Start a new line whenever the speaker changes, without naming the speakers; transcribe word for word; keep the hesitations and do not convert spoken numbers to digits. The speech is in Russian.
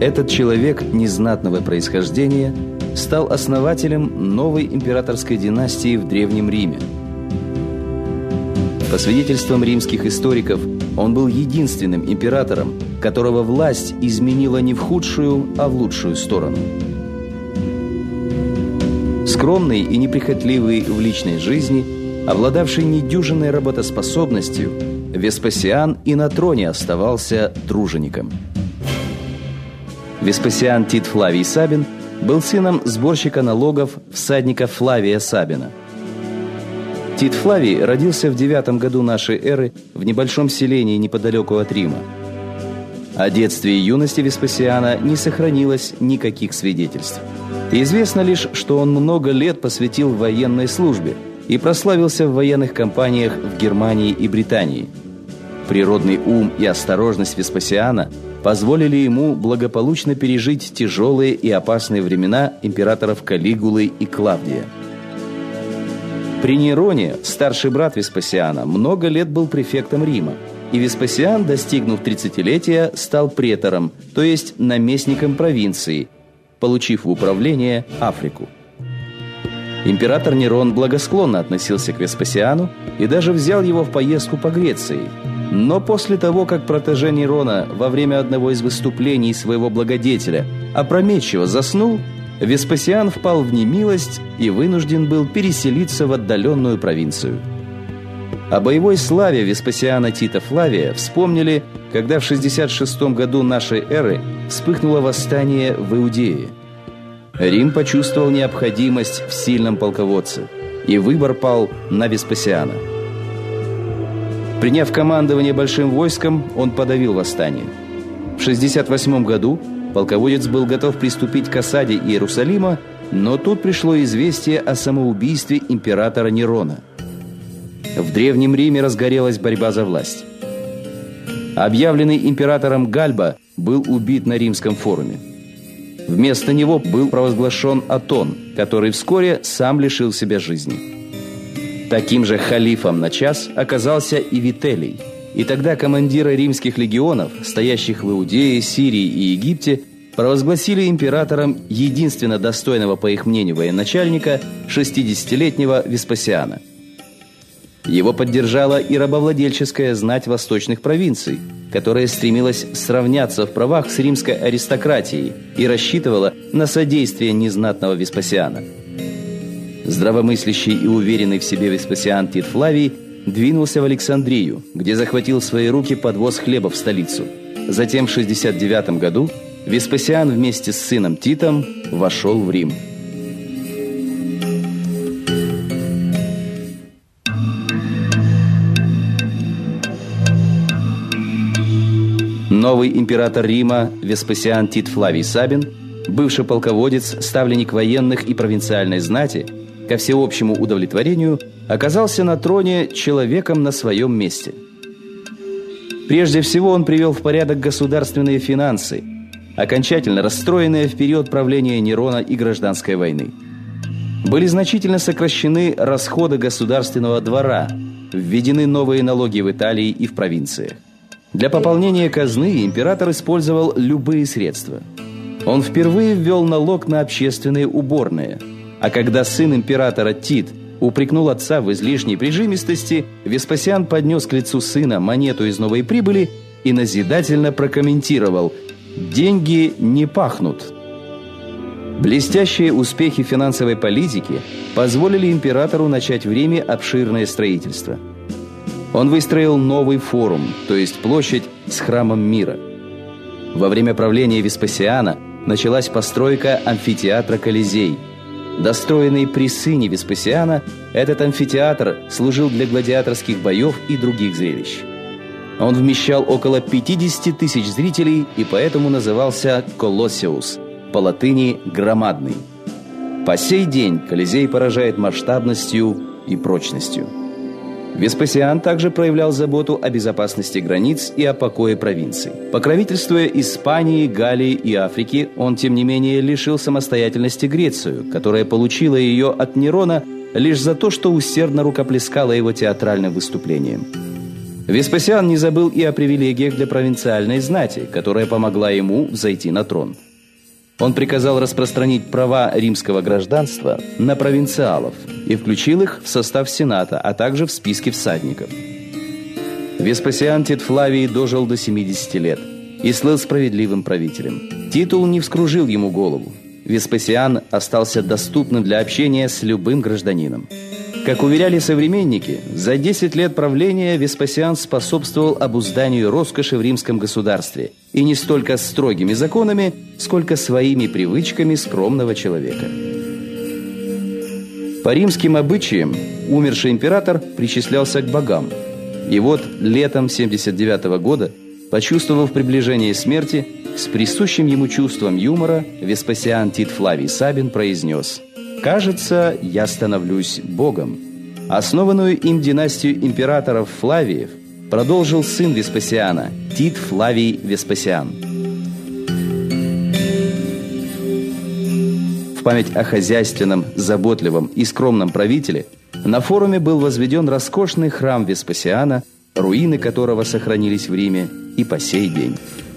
Этот человек незнатного происхождения стал основателем новой императорской династии в Древнем Риме. По свидетельствам римских историков, он был единственным императором, которого власть изменила не в худшую, а в лучшую сторону. Скромный и неприхотливый в личной жизни, обладавший недюжинной работоспособностью, Веспасиан и на троне оставался тружеником. Веспасиан Тит Флавий Сабин был сыном сборщика налогов всадника Флавия Сабина. Тит Флавий родился в девятом году нашей эры в небольшом селении неподалеку от Рима. О детстве и юности Веспасиана не сохранилось никаких свидетельств. Известно лишь, что он много лет посвятил военной службе и прославился в военных кампаниях в Германии и Британии. Природный ум и осторожность Веспасиана позволили ему благополучно пережить тяжелые и опасные времена императоров Калигулы и Клавдия. При Нероне старший брат Веспасиана много лет был префектом Рима, и Веспасиан, достигнув тридцатилетия, стал претором, то есть наместником провинции, получив в управление Африку. Император Нерон благосклонно относился к Веспасиану и даже взял его в поездку по Греции. Но после того, как протеже Нерона во время одного из выступлений своего благодетеля опрометчиво заснул, Веспасиан впал в немилость и вынужден был переселиться в отдаленную провинцию. О боевой славе Веспасиана Тита Флавия вспомнили, когда в шестьдесят шестом году нашей эры вспыхнуло восстание в Иудее. Рим почувствовал необходимость в сильном полководце, и выбор пал на Веспасиана. Приняв командование большим войском, он подавил восстание. В шестьдесят восьмом году полководец был готов приступить к осаде Иерусалима, но тут пришло известие о самоубийстве императора Нерона. В Древнем Риме разгорелась борьба за власть. Объявленный императором Гальба был убит на римском форуме. Вместо него был провозглашен Атон, который вскоре сам лишил себя жизни. Таким же халифом на час оказался и Вителий. И тогда командиры римских легионов, стоящих в Иудее, Сирии и Египте, провозгласили императором единственно достойного, по их мнению, военачальника, шестидесятилетнего Веспасиана. Его поддержала и рабовладельческая знать восточных провинций, которая стремилась сравняться в правах с римской аристократией и рассчитывала на содействие незнатного Веспасиана. Здравомыслящий и уверенный в себе Веспасиан Тит Флавий двинулся в Александрию, где захватил в свои руки подвоз хлеба в столицу. Затем в шестьдесят девятом году Веспасиан вместе с сыном Титом вошел в Рим. Новый император Рима Веспасиан Тит Флавий Сабин, бывший полководец, ставленник военных и провинциальной знати, ко всеобщему удовлетворению оказался на троне человеком на своем месте. Прежде всего он привел в порядок государственные финансы, окончательно расстроенные в период правления Нерона и гражданской войны. Были значительно сокращены расходы государственного двора, введены новые налоги в Италии и в провинциях. Для пополнения казны император использовал любые средства. Он впервые ввел налог на общественные уборные, а когда сын императора Тит упрекнул отца в излишней прижимистости, Веспасиан поднес к лицу сына монету из новой прибыли и назидательно прокомментировал: «Деньги не пахнут». Блестящие успехи финансовой политики позволили императору начать в Риме обширное строительство. Он выстроил новый форум, то есть площадь с храмом мира. Во время правления Веспасиана началась постройка амфитеатра Колизей. Достроенный при сыне Веспасиана, этот амфитеатр служил для гладиаторских боев и других зрелищ. Он вмещал около пятьдесят тысяч зрителей и поэтому назывался «Колоссеус», по латыни «громадный». По сей день Колизей поражает масштабностью и прочностью. Веспасиан также проявлял заботу о безопасности границ и о покое провинций. Покровительствуя Испании, Галлии и Африке, он, тем не менее, лишил самостоятельности Грецию, которая получила ее от Нерона лишь за то, что усердно рукоплескала его театральным выступлением. Веспасиан не забыл и о привилегиях для провинциальной знати, которая помогла ему взойти на трон. Он приказал распространить права римского гражданства на провинциалов и включил их в состав Сената, а также в списки всадников. Веспасиан Тит Флавий дожил до семидесяти лет и слыл справедливым правителем. Титул не вскружил ему голову. Веспасиан остался доступным для общения с любым гражданином. Как уверяли современники, за десять лет правления Веспасиан способствовал обузданию роскоши в римском государстве, и не столько строгими законами, сколько своими привычками скромного человека. По римским обычаям умерший император причислялся к богам. И вот летом семьдесят девятого года, почувствовав приближение смерти, с присущим ему чувством юмора Веспасиан Тит Флавий Сабин произнес: «Кажется, я становлюсь богом». Основанную им династию императоров Флавиев продолжил сын Веспасиана, Тит Флавий Веспасиан. В память о хозяйственном, заботливом и скромном правителе на форуме был возведен роскошный храм Веспасиана, руины которого сохранились в Риме и по сей день.